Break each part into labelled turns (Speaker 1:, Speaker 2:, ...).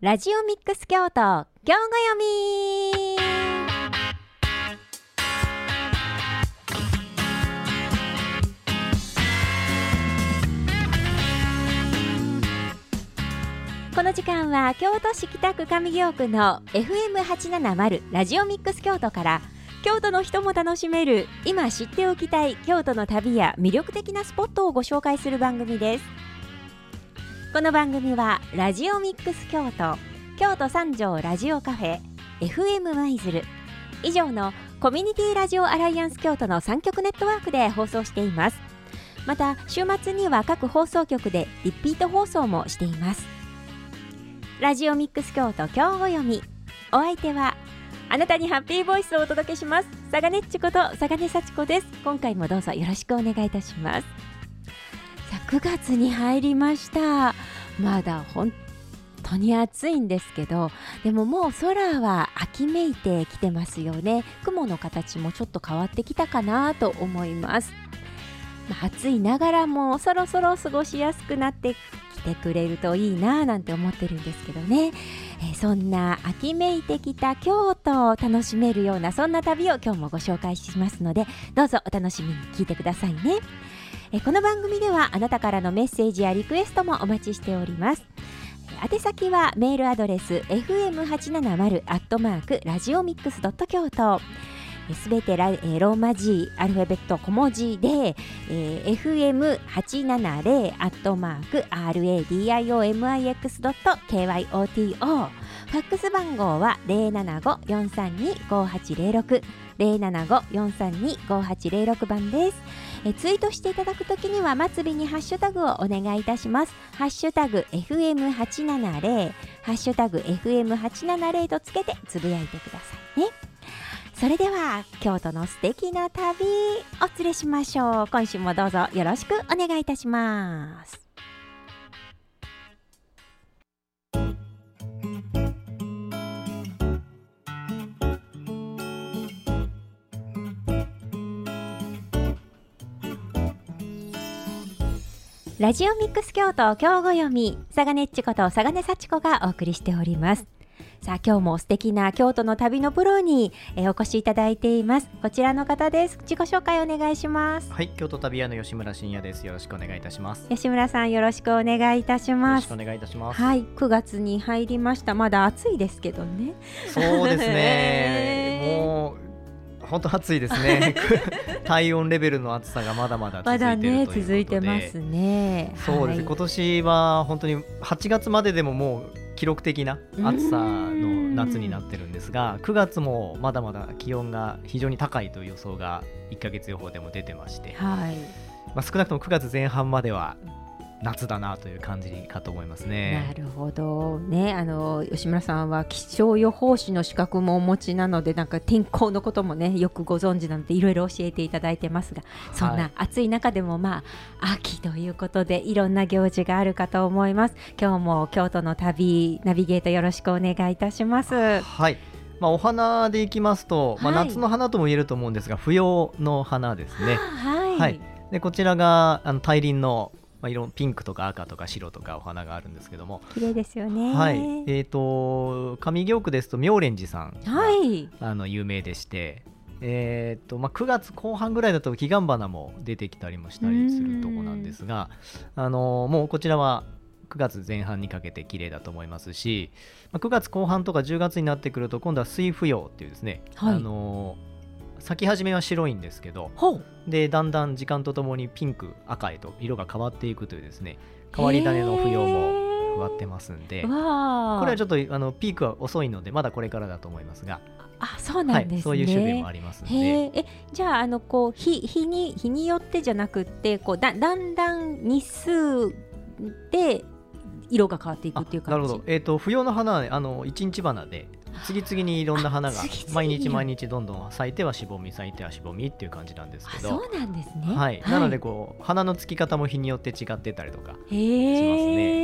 Speaker 1: ラジオミックス京都今日ご読み。この時間は京都市北区上京区の FM870 ラジオミックス京都から京都の人も楽しめる今知っておきたい京都の旅や魅力的なスポットをご紹介する番組です。この番組はラジオミックス京都、京都三条ラジオカフェ、 FM 舞鶴以上のコミュニティラジオアライアンス京都の3局ネットワークで放送しています。また週末には各放送局でリピート放送もしています。ラジオミックス京都今日ご読み、お相手はあなたにハッピーボイスをお届けしますさがねっちことさがねさちこです。今回もどうぞよろしくお願いいたします。さあ9月に入りました。まだ本当に暑いんですけど、でももう空は秋めいてきてますよね。雲の形もちょっと変わってきたかなと思います。暑いながらもそろそろ過ごしやすくなってきてくれるといいななんて思ってるんですけどね。そんな秋めいてきた京都を楽しめるようなそんな旅を今日もご紹介しますので、どうぞお楽しみに聞いてくださいね。この番組ではあなたからのメッセージやリクエストもお待ちしております。宛先はメールアドレス fm870 ラジオミックス京都、すべてローマ字アルファベット小文字で、fm870 radiomix.kyoto、 ファックス番号は 075-432-5806 075-432-5806 番です。ツイートしていただくときには末尾にハッシュタグをお願いいたします。ハッシュタグ FM870 ハッシュタグ FM870 とつけてつぶやいてくださいね。それでは京都の素敵な旅お連れしましょう。今週もどうぞよろしくお願いいたします。ラジオミックス京都今日ご読み、さがねっちことさがねさちこがお送りしております。さあ今日も素敵な京都の旅のプロに、お越しいただいています。こちらの方です。自己紹介お願いします。
Speaker 2: はい、京都旅屋の吉村真也です。よろしくお願いいたします。
Speaker 1: 吉村さんよろしくお願いいたします。
Speaker 2: よろしくお願いいたします。
Speaker 1: はい、9月に入りました。まだ暑いですけどね。
Speaker 2: そうですねもう本当暑いですね体温レベルの暑さがまだまだ続いているということで、
Speaker 1: 続いてますね。
Speaker 2: そうですね、今年は本当に8月まででももう記録的な暑さの夏になってるんですが、9月もまだまだ気温が非常に高いという予想が1ヶ月予報でも出てまして、
Speaker 1: はい、
Speaker 2: 少なくとも9月前半までは夏だなという感じかと思いますね。
Speaker 1: なるほどね。吉村さんは気象予報士の資格もお持ちなので、なんか天候のこともねよくご存知なのでいろいろ教えていただいてますが、そんな暑い中でも秋ということでいろんな行事があるかと思います。今日も京都の旅ナビゲートよろしくお願いいたします。
Speaker 2: はい、お花でいきますと、夏の花とも言えると思うんですが、不要の花ですね。はい、でこちらが大輪の色ピンクとか赤とか白とかお花があるんですけども、
Speaker 1: 綺麗ですよね。
Speaker 2: はい、上京区ですと妙蓮寺さんが、
Speaker 1: はい、
Speaker 2: 有名でして、9月後半ぐらいだと彼岸花も出てきたりもしたりするとこなんですが、もうこちらは9月前半にかけて綺麗だと思いますし、9月後半とか10月になってくると今度は水芙蓉っていうですね、はい、咲き始めは白いんですけど、でだんだん時間とともにピンク赤へと色が変わっていくというですね、変わり種の芙蓉も植わってますんで、これはちょっとピークは遅いのでまだこれからだと思いますが、
Speaker 1: そうなんですね。
Speaker 2: そういう種類もありますので、
Speaker 1: じゃあ日によってじゃなくってだんだん日数で色が変わっていくっていう感じ。
Speaker 2: なるほど。芙蓉の花は1日花で次々にいろんな花が毎日どんどん咲いてはしぼみ咲いてはしぼみっていう感じなんですけど、
Speaker 1: そうなんですね。
Speaker 2: はい、なので花のつき方も日によって違ってたりとかしますね。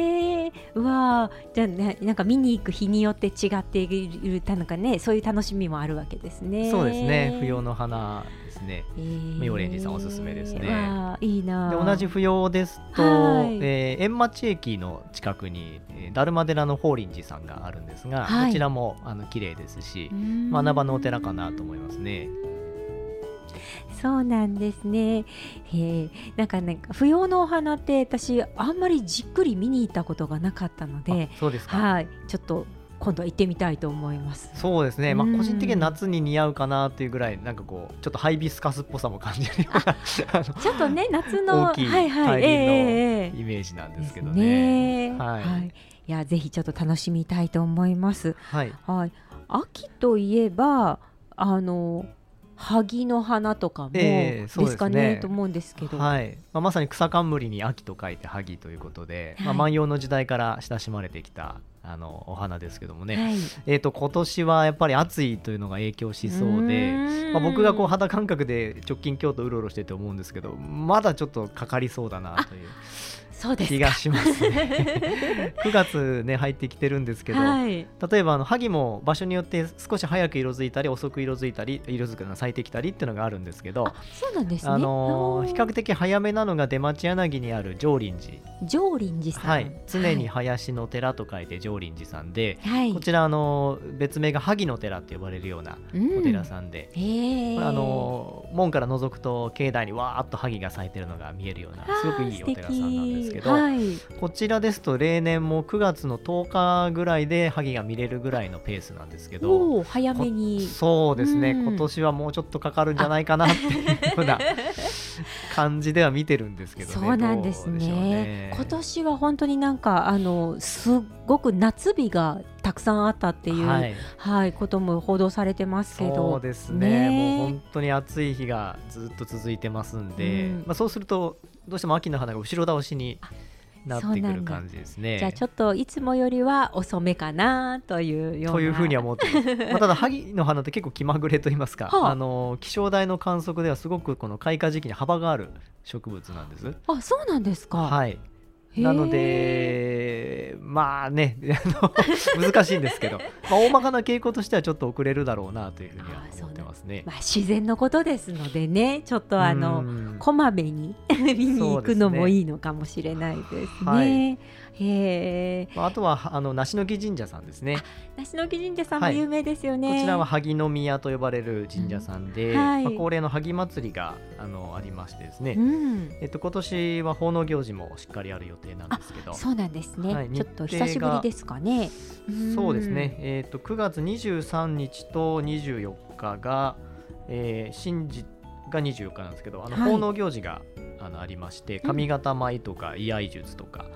Speaker 1: うわー、じゃあ、なんか見に行く日によって違っているなんかね、そういう楽しみもあるわけですね。
Speaker 2: そうですね、不要の花ですね。妙蓮寺さんおすすめですね。
Speaker 1: わー、いいな。
Speaker 2: で同じ不要ですと、
Speaker 1: はい、
Speaker 2: 円町駅の近くに達磨寺の法輪寺さんがあるんですが、
Speaker 1: はい、
Speaker 2: こちらも綺麗ですし、穴場のお寺かなと思いますね。
Speaker 1: そうなんですね。なんか不要のお花って私あんまりじっくり見に行ったことがなかったので、
Speaker 2: そうですか。
Speaker 1: はい、ちょっと今度は行ってみたいと思います。
Speaker 2: そうですね、個人的に夏に似合うかなっていうぐらい、なんかこうちょっとハイビスカスっぽさも感じるような
Speaker 1: ちょっとね、夏の
Speaker 2: 大きい大輪のイメージなんですけどね。はい、
Speaker 1: いや、ぜひちょっと楽しみたいと思います。
Speaker 2: はい、
Speaker 1: はい、秋といえば萩の花とかもですかね、と思うんですけど、
Speaker 2: はい、まさに草冠に秋と書いて萩ということで、万葉の時代から親しまれてきたお花ですけどもね、はい、今年はやっぱり暑いというのが影響しそうで、僕がこう肌感覚で直近京都うろうろしてて思うんですけど、まだちょっとかかりそうだなという気がしますね。9月ね入ってきてるんですけど、はい、例えば萩も場所によって少し早く色づいたり遅く色づいたり咲いてきたりっていうのがあるんですけど、
Speaker 1: そうなんですね。比
Speaker 2: 較的早めなのが出町柳にある常林寺
Speaker 1: さん、
Speaker 2: はい、常に林の寺と書いて常林寺さんで、はい、こちら別名が萩の寺って呼ばれるようなお寺さんで、門から覗くと境内にわーっと萩が咲いてるのが見えるようなすごくいいお寺さんなんですけど、はい、こちらですと例年も9月の10日ぐらいで萩が見れるぐらいのペースなんですけど、
Speaker 1: 早めに。
Speaker 2: そうですね、今年はもうちょっとかかるんじゃないかなっていうような感じでは見てるんですけどね。
Speaker 1: そうなんですね。今年は本当になんかすっごく夏日がたくさんあったっていう、はいはい、ことも報道されてますけど。
Speaker 2: そうですね、もう本当に暑い日がずっと続いてますんで、そうするとどうしても秋の花が後ろ倒しになってくる感じですね。
Speaker 1: じゃあちょっといつもよりは遅めかなというような、
Speaker 2: というふうには思ってます。ただ萩の花って結構気まぐれと言いますか、気象台の観測ではすごくこの開花時期に幅がある植物なんです。
Speaker 1: あ、そうなんですか。
Speaker 2: はい、なのでまあね難しいんですけど、大まかな傾向としてはちょっと遅れるだろうなというふうには思ってますね。
Speaker 1: 自然のことですのでね、ちょっとこまめに見に行くのもいいのかもしれないですね。
Speaker 2: あとは梨の木神社さんですね。
Speaker 1: 梨の木神社さんも有名ですよね。
Speaker 2: こちらは萩宮と呼ばれる神社さんで、恒例の萩祭りがありましてですね、今年は奉納行事もしっかりある予定なんですけど。
Speaker 1: そうなんですね、ちょっと久しぶりですかね。
Speaker 2: そうですね、9月23日と24日が、神事が24日なんですけど、奉納行事がありまして、上方舞とか居合術とか、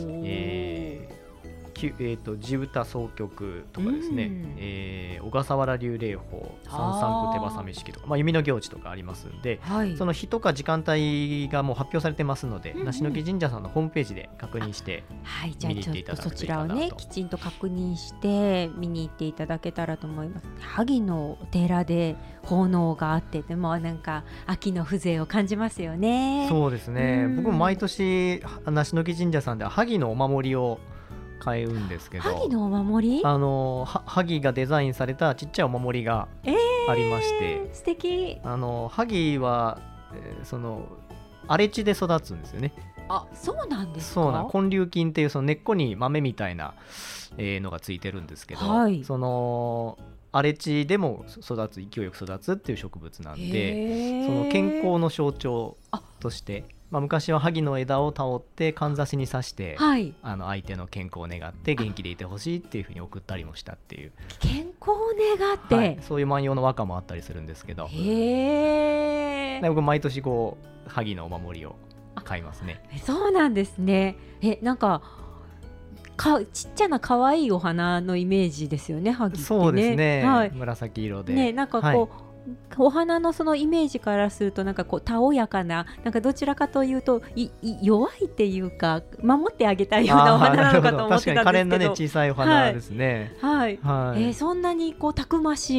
Speaker 2: 地歌総曲とかですね、小笠原流霊法、三三九手挟み式とか、弓の行事とかありますんで、その日とか時間帯がもう発表されてますので、梨の木神社さんのホームページで確認して見に行っていただくといいかなと。そちらをね、き
Speaker 1: ちんと確認して見に行っていただけたらと思います。萩のお寺で奉納があって、でもなんか秋の風情を感じますよね。
Speaker 2: そうですね、僕も毎年梨の木神社さんでは萩のお守りを買うんですけど、
Speaker 1: 萩のお守り、
Speaker 2: 萩がデザインされたちっちゃいお守りがありまして、
Speaker 1: 素敵。
Speaker 2: 萩は、その荒れ地で育つんですよね。
Speaker 1: あ、そうなんですか。
Speaker 2: そう根粒菌っていうその根っこに豆みたいな、のがついてるんですけど、その荒れ地でも育つ、勢いよく育つっていう植物なんで、その健康の象徴として、昔は萩の枝をたおってかんざしに刺して、相手の健康を願って元気でいてほしいっていうふうに送ったりもしたっていう。
Speaker 1: 健康を願って、
Speaker 2: そういう万葉の和歌もあったりするんですけど、僕毎年こう萩のお守りを買いますね。
Speaker 1: そうなんですね。なんかちっちゃな可愛いお花のイメージですよね、萩ってね。
Speaker 2: そうですね、紫色で、
Speaker 1: なんかこう、お花のそのイメージからするとなんかこうたおやかな、なんかどちらかというと弱いっていうか守ってあげたいようなお花なのかと思ってたんですけど、
Speaker 2: 確かに可憐なね小さいお花ですね。
Speaker 1: そんなにこうたくましい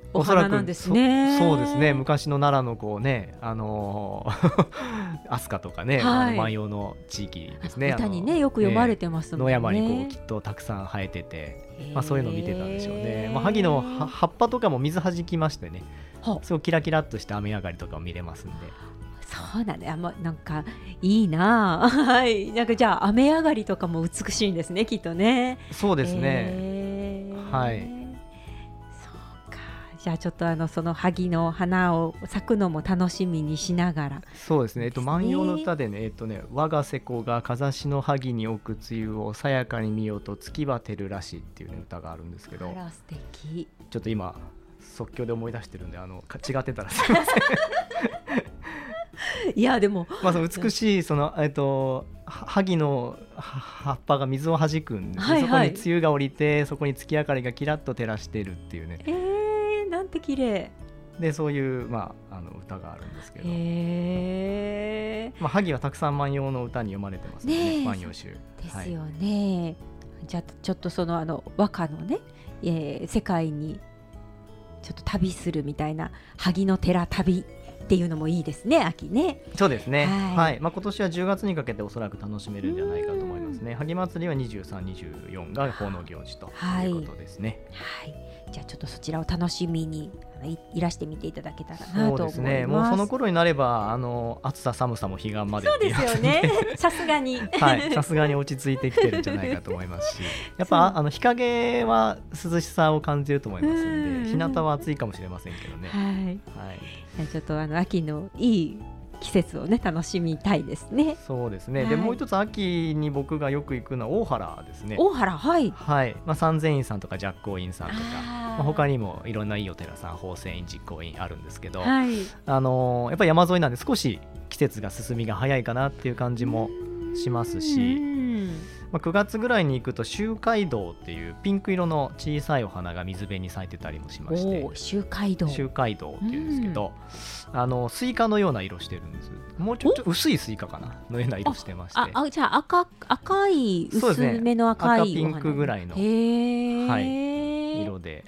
Speaker 1: お花なんですね。
Speaker 2: そうですね。昔の奈良のこうね、飛鳥とかね、
Speaker 1: はい、
Speaker 2: 万葉の地域ですね。
Speaker 1: 歌にねよく読まれてますもんね。
Speaker 2: 野山にこうきっとたくさん生えてて、そういうのを見てたんでしょうね。萩の葉っぱとかも水はじきましてね、すごいキラキラっとした雨上がりとかを見れますんで。
Speaker 1: そうなんだ。なんかいいな。はい。なんかじゃあ雨上がりとかも美しいんですね、きっとね。
Speaker 2: そうですね。はい。
Speaker 1: そうか。じゃあちょっとその萩の花を咲くのも楽しみにしながら。
Speaker 2: そうですね。万葉の歌でね、我が瀬古が風しの萩に置く梅雨をさやかに見ようと月は照るらしいっていう、ね、歌があるんですけど。
Speaker 1: あら素敵。
Speaker 2: ちょっと今即興で思い出してるんで、違ってたらすいません。
Speaker 1: いやでも、
Speaker 2: その美しいその萩の葉っぱが水をはじくんです、はいはい、そこに梅雨が降りて、そこに月明かりがキラッと照らしてるっていうね。
Speaker 1: なんて綺麗
Speaker 2: で、そういう、歌があるんですけど、萩はたくさん万葉の歌に読まれてますね、万葉集
Speaker 1: ですよね。はい、じゃあちょっとその和歌のね、世界にちょっと旅するみたいな萩の寺旅っていうのもいいですね、秋ね。
Speaker 2: そうですね。はい。今年は10月にかけておそらく楽しめるんじゃないかと思いますね。萩祭りは23、24が奉納行事ということですね。
Speaker 1: はい。じゃあちょっとそちらを楽しみにいらしてみていただけたらなと思います。
Speaker 2: そうですね。もうその頃になれば暑さ寒さも彼岸まで。
Speaker 1: そうですよね。さすがに。
Speaker 2: はい。さすがに落ち着いてきてるんじゃないかと思いますし、やっぱ日陰は涼しさを感じると思いますので、日向は暑いかもしれませんけどね。
Speaker 1: はい。ちょっと秋のいい季節をね楽しみたいですね。
Speaker 2: そうですね。でもう一つ秋に僕がよく行くのは大原ですね。
Speaker 1: 大原、はい。
Speaker 2: はい。三千院さんとか寂光院さんとか、他にもいろんないいお寺さん、宝泉院、実光院あるんですけど、やっぱり山沿いなんで少し季節が進みが早いかなっていう感じもしますし、9月ぐらいに行くと周街道っていうピンク色の小さいお花が水辺に咲いてたりもしまして、
Speaker 1: 周街道
Speaker 2: っていうんですけど、スイカのような色してるんです。もうちょっと薄いスイカかなのような色してまして、
Speaker 1: じゃあ赤い薄めの赤い、
Speaker 2: 赤ピンクぐらいの、はい、色で、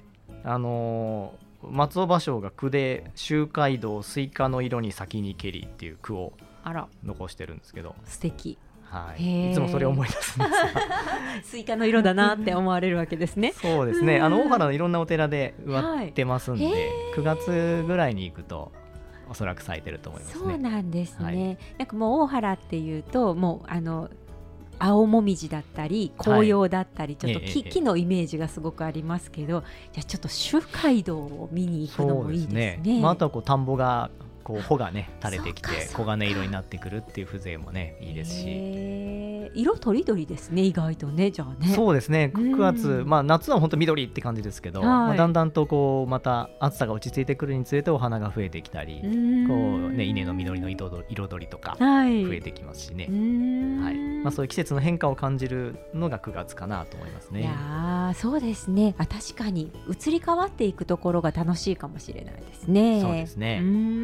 Speaker 2: 松尾芭蕉が句で周街道スイカの色に先にけりっていう句を残してるんですけど、
Speaker 1: 素敵。
Speaker 2: はい、いつもそれを思い出すんですが
Speaker 1: スイカの色だなって思われるわけですね。
Speaker 2: そうですね。大原のいろんなお寺で植わってますんで、9月ぐらいに行くとおそらく咲いてると思いますね。
Speaker 1: そうなんですね。なんかもう大原っていうともう青もみじだったり紅葉だったり、ちょっと木のイメージがすごくありますけど、じゃあちょっと周街道を見に行くのもいいですね。
Speaker 2: あとは田んぼが穂がね垂れてきて黄金色になってくるっていう風情もねいいですし、
Speaker 1: 色とりどりですね、意外とね。じゃあね。
Speaker 2: そうですね。9月、夏は本当緑って感じですけど、だんだんとまた暑さが落ち着いてくるにつれてお花が増えてきたり、稲の緑の彩りとか増えてきますしね。はい。そういう季節の変化を感じるのが9月かなと思いますね。
Speaker 1: いやそうですね。確かに移り変わっていくところが楽しいかもしれないですね。
Speaker 2: そうですね。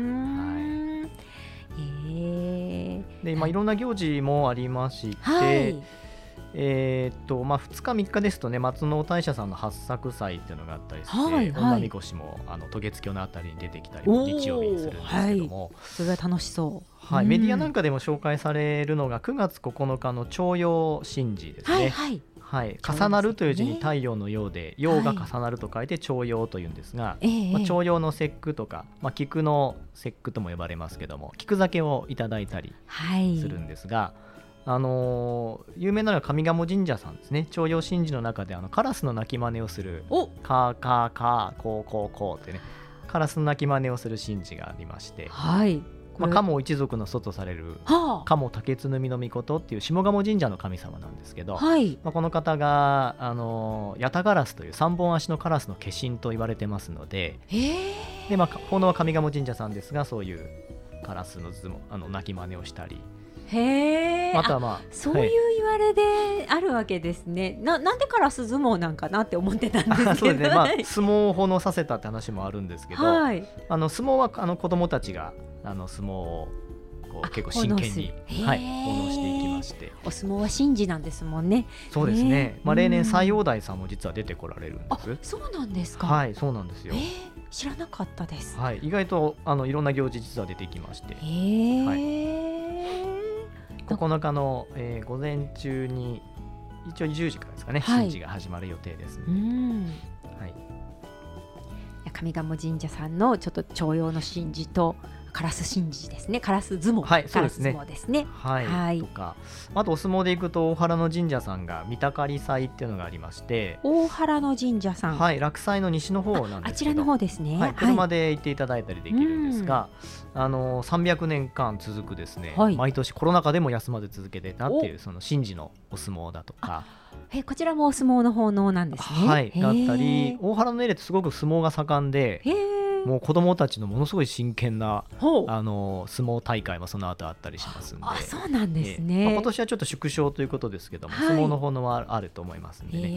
Speaker 2: でいろんな行事もありまして、2日3日ですとね、松尾大社さんの八作祭っていうのがあったりして、女みこしも渡月橋のあたりに出てきたりも日曜日にするんですけども、
Speaker 1: それは楽しそう。
Speaker 2: はい、メディアなんかでも紹介されるのが9月9日の重陽神事ですね。はい、重なるという字に太陽の陽で、陽が重なると書いて重陽というんですが、重陽の節句とか、菊の節句とも呼ばれますけども、菊酒をいただいたりするんですが、有名なのは上賀茂神社さんですね。重陽神事の中でカラスの鳴き真似をするカーカーカーコーコーコーってね、カラスの鳴き真似をする神事がありまして、鴨一族の祖とされる鴨竹津の命っていう下鴨神社の神様なんですけど、この方がヤタガラスという3本足のカラスの化身と言われてますので、奉納は上賀茂神社さんですが、そういうカラスの鳴き真似をしたり、また
Speaker 1: そういう言われであるわけですね。なんでカラス相撲なんかなって思ってたんですけど、
Speaker 2: 相撲を奉納させたって話もあるんですけど、相撲は子どもたちが相撲をこう結構真剣に、はい、奉納していきまして、
Speaker 1: お相撲は神事なんですもんね。
Speaker 2: そうですね、例年斎王代さんも実は出てこられるんです。
Speaker 1: そうなんですか。
Speaker 2: はい、そうなんですよ。
Speaker 1: 知らなかったです。
Speaker 2: はい、意外といろんな行事実は出てきまして、はい、9日の、午前中に一応10時からですかね、神事が始まる予定ですので、はい、
Speaker 1: 上賀茂神社さんのちょっと重陽の神事と烏神事ですね、烏相撲、
Speaker 2: はい、そうですね、
Speaker 1: 烏相撲ですね、
Speaker 2: はい、とか、あとお相撲でいくと大原の神社さんが三田狩祭っていうのがありまして、
Speaker 1: 大原の神社さん、
Speaker 2: はい、落西の西の方なんですけど、
Speaker 1: あちらの方ですね、
Speaker 2: はい、車で行っていただいたりできるんですが、300年間続くですね、毎年コロナ禍でも休まず続けてたっていうその神事のお相撲だとか、
Speaker 1: こちらもお相撲の奉納なんですね。
Speaker 2: はい、だったり、大原のエレってすごく相撲が盛んで、もう子どもたちのものすごい真剣な相撲大会もその後あったりしますんで、
Speaker 1: そうなんですね。
Speaker 2: 今年はちょっと縮小ということですけども、相撲の奉納はあると思いますんで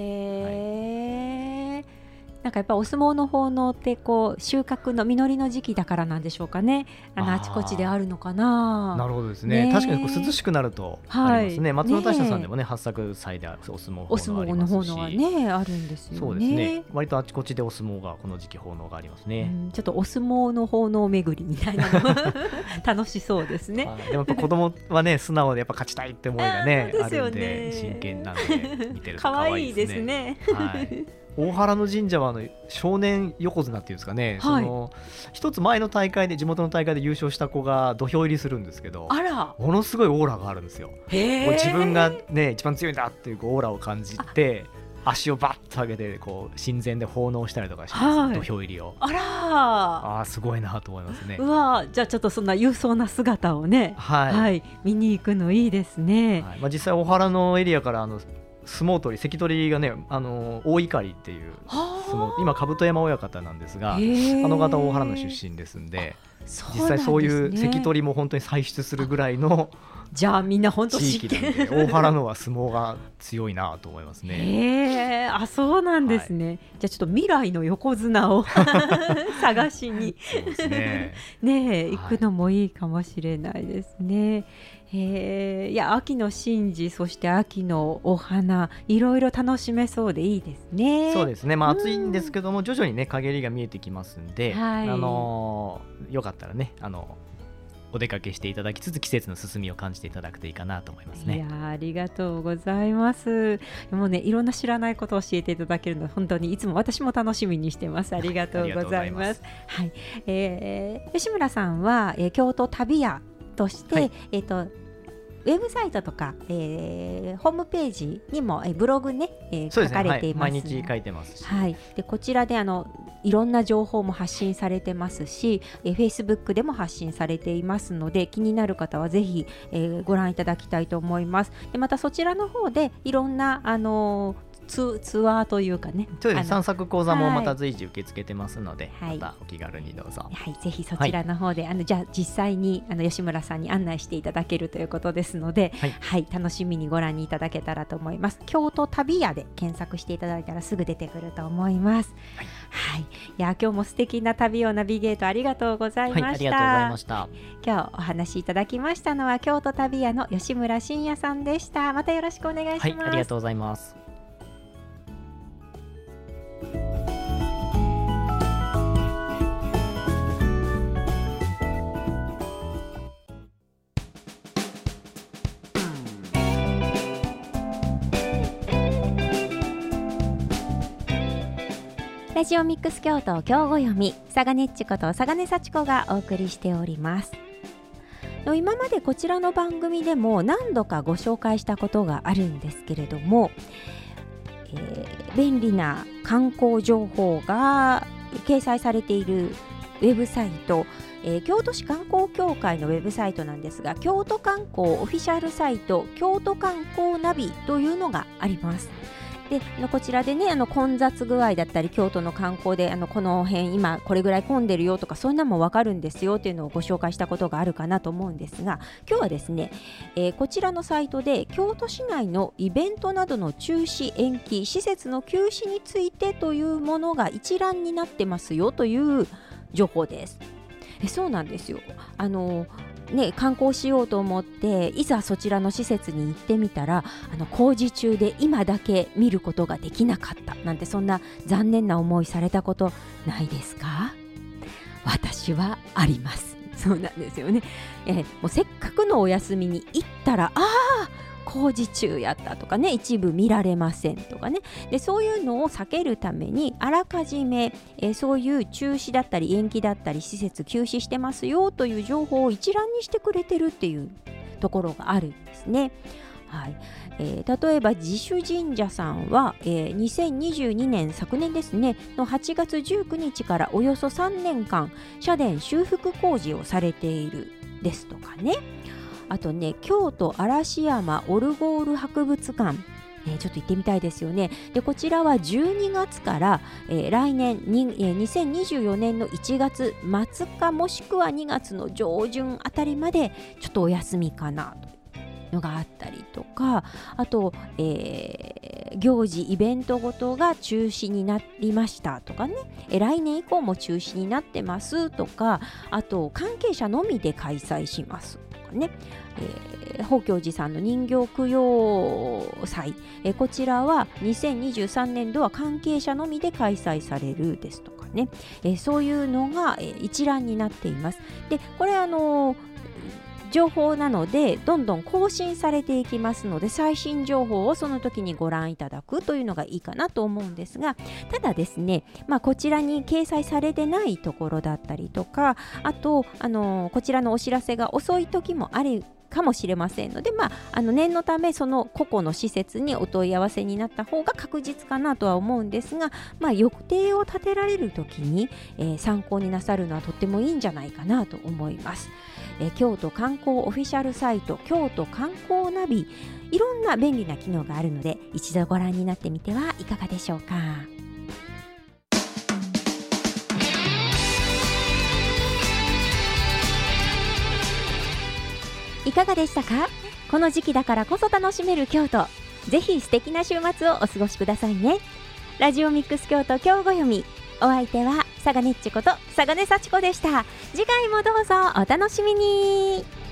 Speaker 2: ね。
Speaker 1: なんかやっぱお相撲の奉納ってこう収穫の実りの時期だからなんでしょうかね。あちこちであるのかな。
Speaker 2: なるほどですね。確かにこう涼しくなるとありますね。松本大社さんでもね、八作祭でお相撲奉納ありますし、お相撲の奉納は
Speaker 1: ねあるんですよね。
Speaker 2: そうですね。割とあちこちでお相撲がこの時期奉納がありますね。
Speaker 1: ちょっとお相撲の奉納巡りみたいなの楽しそうですね。
Speaker 2: でもやっぱ子供はね素直でやっぱ勝ちたいって思いがねあるんで真剣なんで見てると可愛いですね。はい。大原の神社は少年横綱っていうんですかね、その一つ前の大会で地元の大会で優勝した子が土俵入りするんですけど、ものすごいオーラがあるんですよ。自分がね一番強いんだっていうオーラを感じて足をバッと上げてこう神前で奉納したりとかします、土俵入りを。すごいなと思いますね。
Speaker 1: うわ、じゃあちょっとそんな勇壮な姿をね、見に行くのいいですね。
Speaker 2: 実際大原のエリアから相撲取り関取がね大碇っていう相撲、今兜山親方なんですが、方大原の出身ですんで、実際そういう関取も本当に輩出するぐらいの
Speaker 1: じゃあみんな本当
Speaker 2: 地域なんで、大原のは相撲が強いなと思いますね。
Speaker 1: そうなんですね。じゃあちょっと未来の横綱を探しに
Speaker 2: そうですね。
Speaker 1: 行くのもいいかもしれないですね。いや秋の神事、そして秋のお花、いろいろ楽しめそうでいいですね。
Speaker 2: そうですね。暑いんですけども徐々にね陰りが見えてきますんで、よかったらねお出かけしていただきつつ季節の進みを感じていただくといいかなと思いますね。
Speaker 1: いやありがとうございます。もうねいろんな知らないことを教えていただけるの本当にいつも私も楽しみにしてます。ありがとうございます。はい、吉村さんは、京都旅屋として、ウェブサイトとか、ホームページにも、ブログね、書かれています。
Speaker 2: 毎日書いてますし、
Speaker 1: でこちらでいろんな情報も発信されてますし、Facebook でも発信されていますので、気になる方はぜひ、ご覧いただきたいと思います。でまたそちらの方でいろんなツアーというかね、
Speaker 2: そうです。散策講座もまた随時受け付けてますので、またお気軽にどうぞ。
Speaker 1: ぜひそちらの方で、じゃあ実際に吉村さんに案内していただけるということですので、楽しみにご覧にいただけたらと思います。京都旅屋で検索していただいたらすぐ出てくると思います。いや今日も素敵な旅をナビゲートありがとうございました。
Speaker 2: ありがとうございました。
Speaker 1: 今日お話しいただきましたのは京都旅屋の吉村真也さんでした。またよろしくお願いします。
Speaker 2: ありがとうございます。
Speaker 1: ラジオミックス京都京語読み、さがねっちことさがね幸子がお送りしております。今までこちらの番組でも何度かご紹介したことがあるんですけれども、便利な観光情報が掲載されているウェブサイト、京都市観光協会のウェブサイトなんですが、京都観光オフィシャルサイト京都観光ナビというのがあります。でこちらでね混雑具合だったり京都の観光でこの辺今これぐらい混んでるよとか、そんなも分かるんですよっていうのをご紹介したことがあるかなと思うんですが、今日はですね、こちらのサイトで京都市内のイベントなどの中止延期、施設の休止についてというものが一覧になってますよという情報です。そうなんですよ。 観光しようと思っていざそちらの施設に行ってみたら工事中で今だけ見ることができなかったなんて、そんな残念な思いされたことないですか？私はあります。そうなんですよね。もうせっかくのお休みに行ったら工事中やったとかね、一部見られませんとかね。でそういうのを避けるためにあらかじめ、そういう中止だったり延期だったり施設休止してますよという情報を一覧にしてくれてるっていうところがあるんですね。はい。例えば自主神社さんは、2022年昨年ですねの8月19日からおよそ3年間社殿修復工事をされているですとかね。あとね、京都嵐山オルゴール博物館、ちょっと行ってみたいですよね。でこちらは12月から、来年2024年の1月末かもしくは2月の上旬あたりまでちょっとお休みかなとのがあったりとか、あと、行事イベントごとが中止になりましたとかね、来年以降も中止になってますとか、あと関係者のみで開催しますとかね、宝鏡寺さんの人形供養祭、こちらは2023年度は関係者のみで開催されるですとかね、そういうのが、一覧になっています。でこれ情報なのでどんどん更新されていきますので、最新情報をその時にご覧いただくというのがいいかなと思うんですが、ただですね、こちらに掲載されてないところだったりとか、あとこちらのお知らせが遅い時もあるかもしれませんので、念のためその個々の施設にお問い合わせになった方が確実かなとは思うんですが、予定を立てられる時に、参考になさるのはとってもいいんじゃないかなと思います。京都観光オフィシャルサイト京都観光ナビ、いろんな便利な機能があるので一度ご覧になってみてはいかがでしょうか。いかがでしたか？この時期だからこそ楽しめる京都、ぜひ素敵な週末をお過ごしくださいね。ラジオミックス京都今日ご読み、お相手は佐賀ねっちこと佐賀根幸子でした。次回もどうぞお楽しみに。